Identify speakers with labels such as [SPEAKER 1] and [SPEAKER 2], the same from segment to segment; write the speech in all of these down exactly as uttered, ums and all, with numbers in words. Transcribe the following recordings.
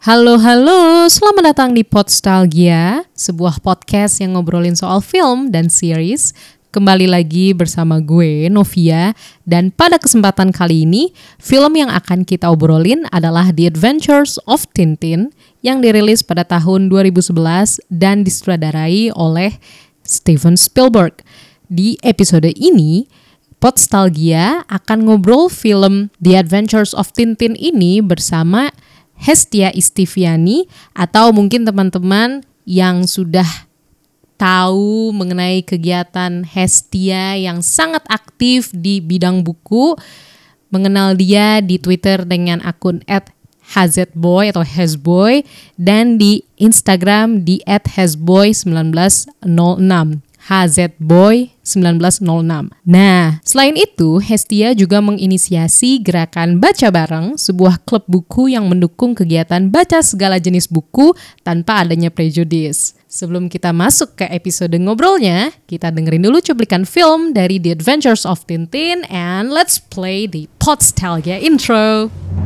[SPEAKER 1] Halo, halo, selamat datang di Podstalgia, sebuah podcast yang ngobrolin soal film dan series. Kembali lagi bersama gue, Novia, dan pada kesempatan kali ini, film yang akan kita obrolin adalah The Adventures of Tintin yang dirilis pada tahun dua ribu sebelas dan disutradarai oleh Steven Spielberg. Di episode ini, Podstalgia akan ngobrol film The Adventures of Tintin ini bersama Hestia Istiviani, atau mungkin teman-teman yang sudah tahu mengenai kegiatan Hestia yang sangat aktif di bidang buku, mengenal dia di Twitter dengan akun et hazboy atau hezboy dan di Instagram di et hezboy seribu sembilan ratus enam. hezboy seribu sembilan ratus enam. Nah, selain itu, Hestia juga menginisiasi gerakan Baca Bareng, sebuah klub buku yang mendukung kegiatan baca segala jenis buku tanpa adanya prejudis. Sebelum kita masuk ke episode ngobrolnya, kita dengerin dulu cuplikan film dari The Adventures of Tintin, and let's play the Podstalgia intro.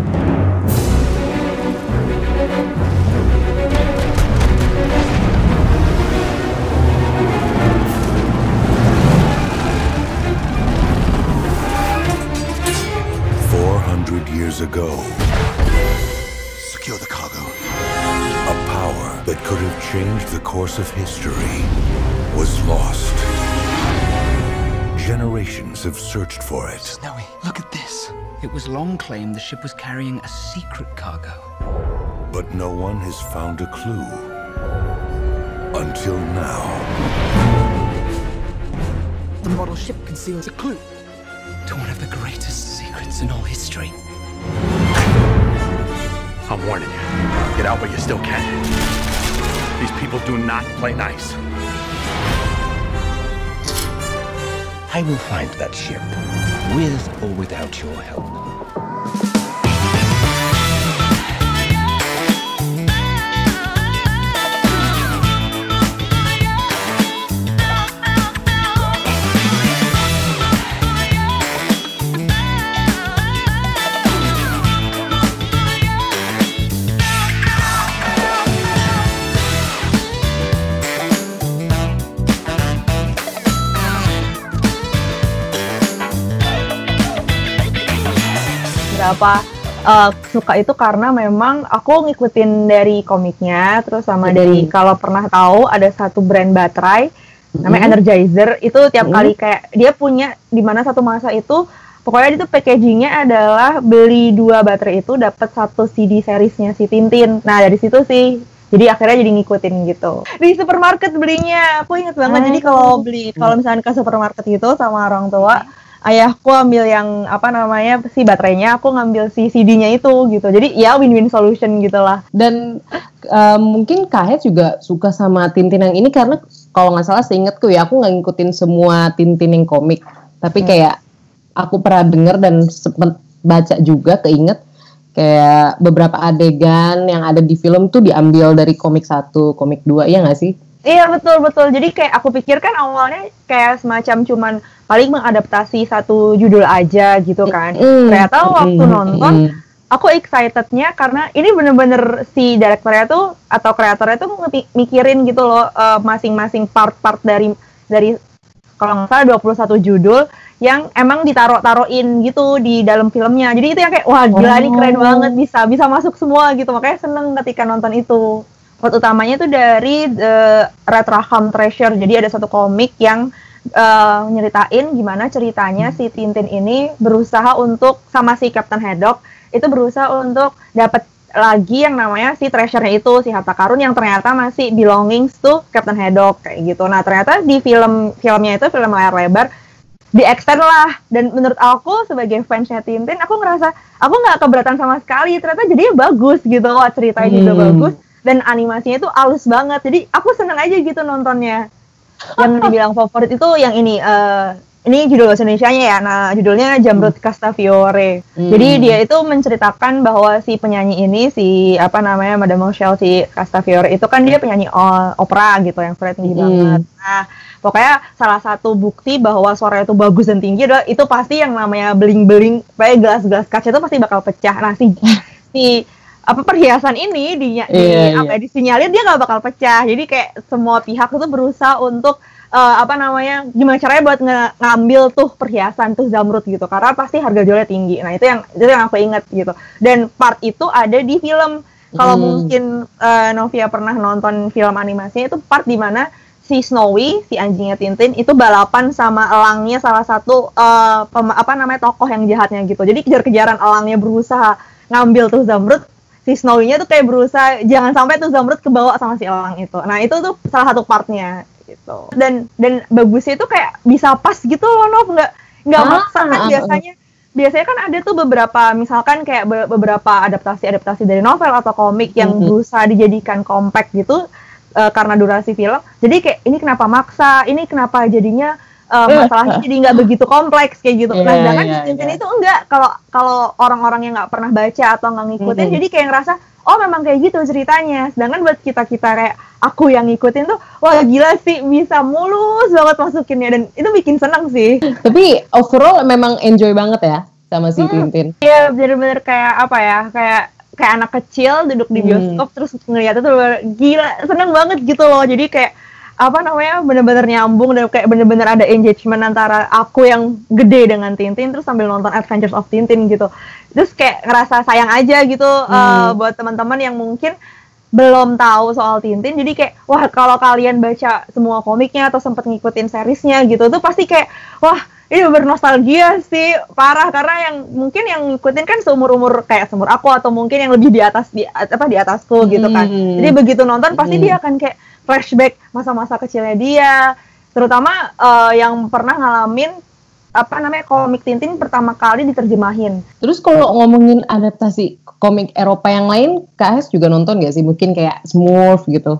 [SPEAKER 2] Years ago, secure the cargo. A power that could have changed the course of history was lost. Generations have searched for it.
[SPEAKER 3] Snowy, look at this. It was long claimed the ship was carrying a secret cargo.
[SPEAKER 2] But no one has found a clue. Until now.
[SPEAKER 3] The model ship conceals a clue to one of the greatest secrets in all history.
[SPEAKER 4] I'm warning you. Get out while you still can. These people do not play nice.
[SPEAKER 5] I will find that ship, with or without your help.
[SPEAKER 6] Apa uh, suka itu karena memang aku ngikutin dari komiknya, terus sama mm-hmm. dari kalau pernah tahu ada satu brand baterai mm-hmm. namanya Energizer, itu tiap mm-hmm. kali kayak dia punya di mana satu masa itu pokoknya itu packagingnya adalah beli dua baterai itu dapat satu C D seriesnya si Tintin. Nah dari situ sih jadi akhirnya jadi ngikutin gitu. Di supermarket belinya, aku inget banget. Hmm. Jadi kalau beli kalau misalnya ke supermarket gitu sama orang tua, ayahku ambil yang apa namanya si baterainya, aku ngambil si C D-nya itu gitu. Jadi ya win-win solution gitulah.
[SPEAKER 7] Dan uh, mungkin Kak Het juga suka sama Tintin yang ini karena kalau nggak salah seingatku ya, aku nggak ngikutin semua Tintin yang komik, tapi hmm. kayak aku pernah denger dan sempet baca juga, keinget kayak beberapa adegan yang ada di film tuh diambil dari komik satu, komik dua, iya nggak sih?
[SPEAKER 6] Iya betul betul. Jadi kayak aku pikirkan awalnya kayak semacam cuman paling mengadaptasi satu judul aja gitu kan. Mm, Ternyata waktu mm, nonton mm. aku excitednya karena ini bener-bener si direkturnya tuh atau kreatornya tuh mikirin gitu loh uh, masing-masing part-part dari dari kalau nggak salah dua puluh satu judul yang emang ditaruh-taruhin gitu di dalam filmnya. Jadi itu yang kayak wah gila oh. ini keren banget, bisa bisa masuk semua gitu. Makanya seneng ketika nonton itu. Plot utamanya tuh dari The Red Rackham Treasure. Jadi ada satu komik yang uh, nyeritain gimana ceritanya hmm. si Tintin ini berusaha untuk sama si Captain Haddock itu berusaha untuk dapat lagi yang namanya si treasure-nya itu, si harta karun yang ternyata masih belongings to Captain Haddock kayak gitu. Nah, ternyata di film filmnya itu film layar lebar di-extend lah, dan menurut aku sebagai fansnya Tintin, aku ngerasa aku nggak keberatan sama sekali. Ternyata jadinya bagus gitu, wah ceritanya hmm. juga bagus. Dan animasinya itu halus banget, jadi aku seneng aja gitu nontonnya. Yang dibilang favorit itu yang ini, uh, ini judul bahasa Indonesianya ya, nah judulnya Jamrud Castafiore. Hmm. Jadi dia itu menceritakan bahwa si penyanyi ini, si apa namanya, Mademoiselle si Castafiore itu kan dia penyanyi opera gitu, yang suaranya tinggi hmm. banget. Nah, pokoknya salah satu bukti bahwa suaranya itu bagus dan tinggi adalah itu pasti yang namanya beling-beling, kayak gelas-gelas kaca itu pasti bakal pecah. Nah si si apa perhiasan ini di,
[SPEAKER 7] Iya,
[SPEAKER 6] di
[SPEAKER 7] iya.
[SPEAKER 6] apa ya, disinyalir dia nggak bakal pecah. Jadi kayak semua pihak itu berusaha untuk uh, apa namanya gimana caranya buat nge- ngambil tuh perhiasan tuh zamrud gitu, karena pasti harga jualnya tinggi. Nah itu yang itu yang aku ingat gitu. Dan part itu ada di film. Kalau
[SPEAKER 7] Hmm.
[SPEAKER 6] mungkin uh, Novia pernah nonton film animasinya, itu part di mana si Snowy, si anjingnya Tintin itu balapan sama elangnya salah satu uh, pem- apa namanya tokoh yang jahatnya gitu. Jadi kejar-kejaran elangnya berusaha ngambil tuh zamrud, si Snowy-nya tuh kayak berusaha jangan sampai tuh zamrud kebawa sama si elang itu. Nah itu tuh salah satu partnya gitu. Dan dan bagusnya itu kayak bisa pas gitu loh, Nov, nggak nggak
[SPEAKER 7] Ah,
[SPEAKER 6] maksa kan
[SPEAKER 7] ah,
[SPEAKER 6] biasanya. Biasanya kan ada tuh beberapa, misalkan kayak be- beberapa adaptasi-adaptasi dari novel atau komik yang
[SPEAKER 7] Mhm.
[SPEAKER 6] berusaha dijadikan compact gitu uh, karena durasi film. Jadi kayak ini kenapa maksa, ini kenapa jadinya uh, masalahnya jadi nggak begitu kompleks kayak gitu. Nah,
[SPEAKER 7] Iya,
[SPEAKER 6] sedangkan
[SPEAKER 7] iya,
[SPEAKER 6] di Tintin
[SPEAKER 7] iya.
[SPEAKER 6] itu enggak. Kalau kalau orang-orang yang nggak pernah baca atau nggak ngikutin,
[SPEAKER 7] Mhm.
[SPEAKER 6] jadi kayak ngerasa oh memang kayak gitu ceritanya. Sedangkan buat kita-kita kayak aku yang ngikutin tuh, wah gila sih bisa mulus banget masukinnya, dan itu bikin seneng sih.
[SPEAKER 7] Tapi overall memang enjoy banget ya sama si
[SPEAKER 6] Hmm.
[SPEAKER 7] Tintin.
[SPEAKER 6] Iya bener-bener kayak apa ya, kayak kayak anak kecil duduk di
[SPEAKER 7] Hmm.
[SPEAKER 6] bioskop terus ngeliatnya tuh bener- gila seneng banget gitu loh. Jadi kayak apa namanya bener-bener nyambung dan kayak bener-bener ada engagement antara aku yang gede dengan Tintin terus sambil nonton Adventures of Tintin gitu. Terus kayak ngerasa sayang aja gitu uh, buat teman-teman yang mungkin belum tahu soal Tintin. Jadi kayak wah kalau kalian baca semua komiknya atau sempet ngikutin seriesnya gitu tuh pasti kayak wah ini bernostalgia sih parah, karena yang mungkin yang ngikutin kan seumur-umur kayak seumur aku atau mungkin yang lebih di atas di apa di atasku gitu kan.
[SPEAKER 7] Hmm.
[SPEAKER 6] Jadi begitu nonton pasti
[SPEAKER 7] Hmm.
[SPEAKER 6] dia akan kayak flashback masa-masa kecilnya dia, terutama uh, yang pernah ngalamin apa namanya komik Tintin pertama kali diterjemahin.
[SPEAKER 7] Terus kalau ngomongin adaptasi komik Eropa yang lain, Kak Hes juga nonton gak sih? Mungkin kayak Smurf gitu.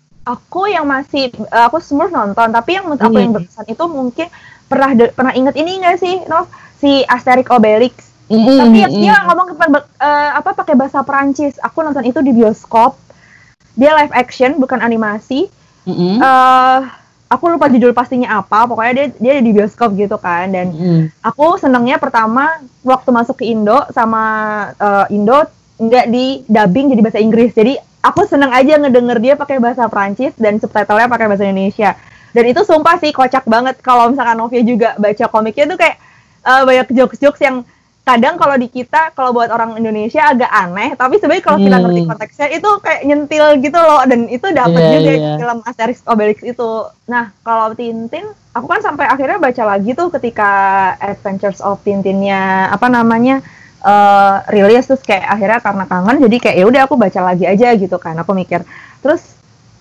[SPEAKER 6] Aku yang masih uh, aku Smurf nonton, tapi yang menurut aku
[SPEAKER 7] Hmm.
[SPEAKER 6] yang berkesan itu mungkin pernah de- pernah inget ini nggak sih, Nov? Si Asterix Obelix.
[SPEAKER 7] Mm-mm,
[SPEAKER 6] Tapi ya,
[SPEAKER 7] mm-mm.
[SPEAKER 6] dia ngomong ke, uh, apa pakai bahasa Perancis. Aku nonton itu di bioskop. Dia live action bukan animasi.
[SPEAKER 7] Mm-mm.
[SPEAKER 6] Eh aku lupa judul pastinya apa. Pokoknya dia dia di bioskop gitu kan. Dan
[SPEAKER 7] Mm-mm.
[SPEAKER 6] aku senengnya pertama waktu masuk ke Indo sama uh, Indo nggak di dubbing jadi bahasa Inggris. Jadi aku seneng aja ngedenger dia pakai bahasa Perancis dan subtitlenya pakai bahasa Indonesia. Dan itu sumpah sih kocak banget. Kalau misalkan Novia juga baca komiknya tuh kayak uh, banyak jokes-jokes yang kadang kalau di kita, kalau buat orang Indonesia agak aneh, tapi sebenarnya kalau kita
[SPEAKER 7] Hmm.
[SPEAKER 6] ngerti konteksnya itu kayak nyentil gitu loh, dan itu dapet
[SPEAKER 7] Iya,
[SPEAKER 6] juga
[SPEAKER 7] iya.
[SPEAKER 6] di film Asterix Obelix itu. Nah, kalau Tintin, aku kan sampai akhirnya baca lagi tuh ketika Adventures of Tintinnya apa namanya uh, rilis, terus kayak akhirnya karena kangen, jadi kayak ya udah aku baca lagi aja gitu kan. Aku mikir, terus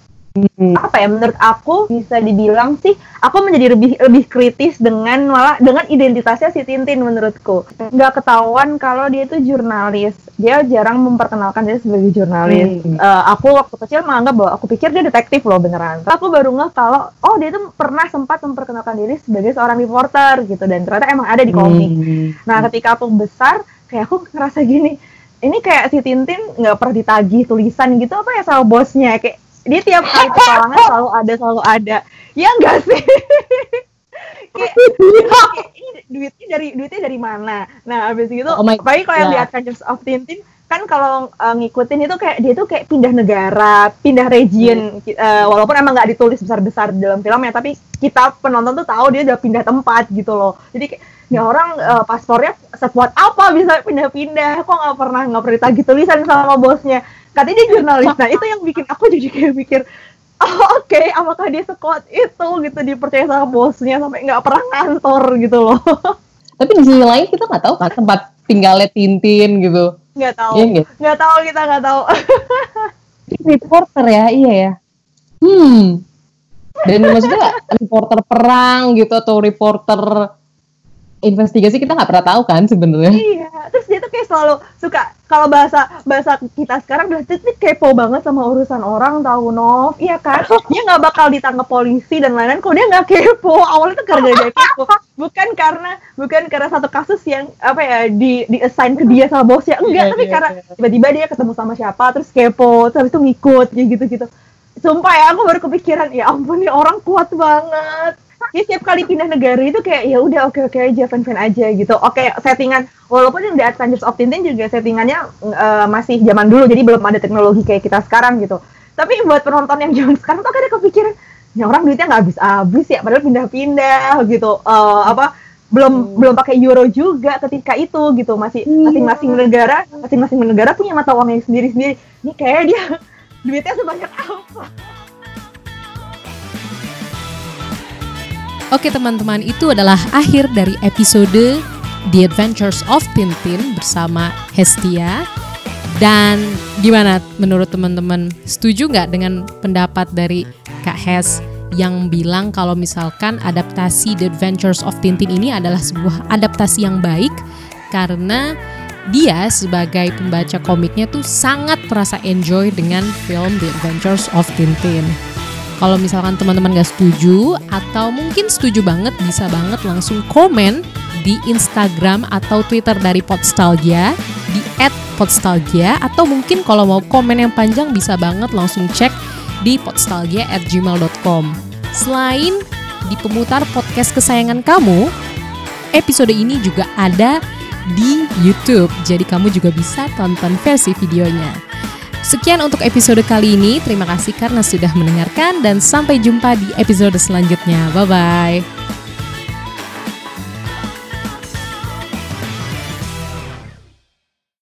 [SPEAKER 7] Mm.
[SPEAKER 6] apa ya, menurut aku bisa dibilang sih aku menjadi lebih lebih kritis dengan malah dengan identitasnya si Tintin. Menurutku nggak ketahuan kalau dia itu jurnalis, dia jarang memperkenalkan dia sebagai jurnalis.
[SPEAKER 7] Hmm.
[SPEAKER 6] Eh, aku waktu kecil menganggap bahwa aku pikir dia detektif loh beneran. Aku baru ngeh kalau oh dia itu pernah sempat memperkenalkan diri sebagai seorang reporter gitu, dan ternyata emang ada di komik.
[SPEAKER 7] Hmm.
[SPEAKER 6] Nah ketika aku besar kayak aku ngerasa gini, ini kayak si Tintin nggak pernah ditagih tulisan gitu apa ya sama bosnya, kayak dia tiap kali petualangan selalu ada selalu ada ya enggak sih. kayak, kayak ini duitnya dari duitnya dari mana. Nah abis itu
[SPEAKER 7] Oh my-
[SPEAKER 6] apalagi kalau yang di
[SPEAKER 7] ya.
[SPEAKER 6] Adventures of Tintin kan kalau uh, ngikutin itu kayak dia tuh kayak pindah negara, pindah region,
[SPEAKER 7] Hmm.
[SPEAKER 6] uh, walaupun emang nggak ditulis besar-besar di dalam filmnya, tapi kita penonton tuh tahu dia udah pindah tempat gitu loh. Jadi kayak ini orang uh, paspornya sekuat apa bisa pindah-pindah, kok nggak pernah nggak pernah ditagih tulisan sama bosnya. Katanya dia jurnalis. Nah itu yang bikin aku jadi kayak mikir, oh, oke, okay, apakah dia sekuat itu gitu dipercaya sama bosnya sampai nggak pernah ngantor gitu loh.
[SPEAKER 7] Tapi di sisi lain kita nggak tahu kan tempat tinggalnya Tintin gitu.
[SPEAKER 6] Nggak tahu,
[SPEAKER 7] Iya nggak?
[SPEAKER 6] nggak tahu kita nggak tahu.
[SPEAKER 7] Reporter ya, iya ya. Hmm. Dan maksudnya reporter perang gitu atau reporter investigasi kita nggak pernah tahu kan sebenarnya.
[SPEAKER 6] Iya, terus dia tuh kayak selalu suka kalau bahasa bahasa kita sekarang udah tuh kepo banget sama urusan orang, tahu Nov, iya kan? Dia nggak bakal ditangkap polisi dan lain-lain, kok dia nggak kepo. Awalnya tuh gara-gara dia kepo, bukan karena bukan karena satu kasus yang apa ya di di assign ke dia sama bosnya, enggak,
[SPEAKER 7] Iya,
[SPEAKER 6] tapi
[SPEAKER 7] iya,
[SPEAKER 6] karena
[SPEAKER 7] iya.
[SPEAKER 6] tiba-tiba dia ketemu sama siapa, terus kepo, terus habis itu ngikut, kayak gitu-gitu. Sumpah ya, aku baru kepikiran, ya ampun nih orang kuat banget. dia setiap kali pindah negara itu kayak ya udah oke oke aja fan-fan aja gitu. Oke settingan walaupun yang The Adventures of Tintin juga settingannya uh, masih zaman dulu jadi belum ada teknologi kayak kita sekarang gitu. Tapi buat penonton yang zaman sekarang tuh kadang kepikiran ya orang duitnya nggak habis-habis ya padahal pindah-pindah gitu. Uh, apa belum hmm. belum pakai euro juga ketika itu gitu masih masing-masing negara masing-masing negara punya mata uangnya sendiri-sendiri. Ini kayak dia duitnya sebanyak apa?
[SPEAKER 1] Oke teman-teman, itu adalah akhir dari episode The Adventures of Tintin bersama Hestia. Dan gimana menurut teman-teman? Setuju nggak dengan pendapat dari Kak Hes yang bilang kalau misalkan adaptasi The Adventures of Tintin ini adalah sebuah adaptasi yang baik karena dia sebagai pembaca komiknya tuh sangat merasa enjoy dengan film The Adventures of Tintin. Kalau misalkan teman-teman gak setuju atau mungkin setuju banget, bisa banget langsung komen di Instagram atau Twitter dari Podstalgia di et podstalgia atau mungkin kalau mau komen yang panjang bisa banget langsung cek di podstalgia at gmail dot com. Selain di pemutar podcast kesayangan kamu, episode ini juga ada di YouTube, jadi kamu juga bisa tonton versi videonya. Sekian untuk episode kali ini. Terima kasih karena sudah mendengarkan dan sampai jumpa di episode selanjutnya. Bye-bye.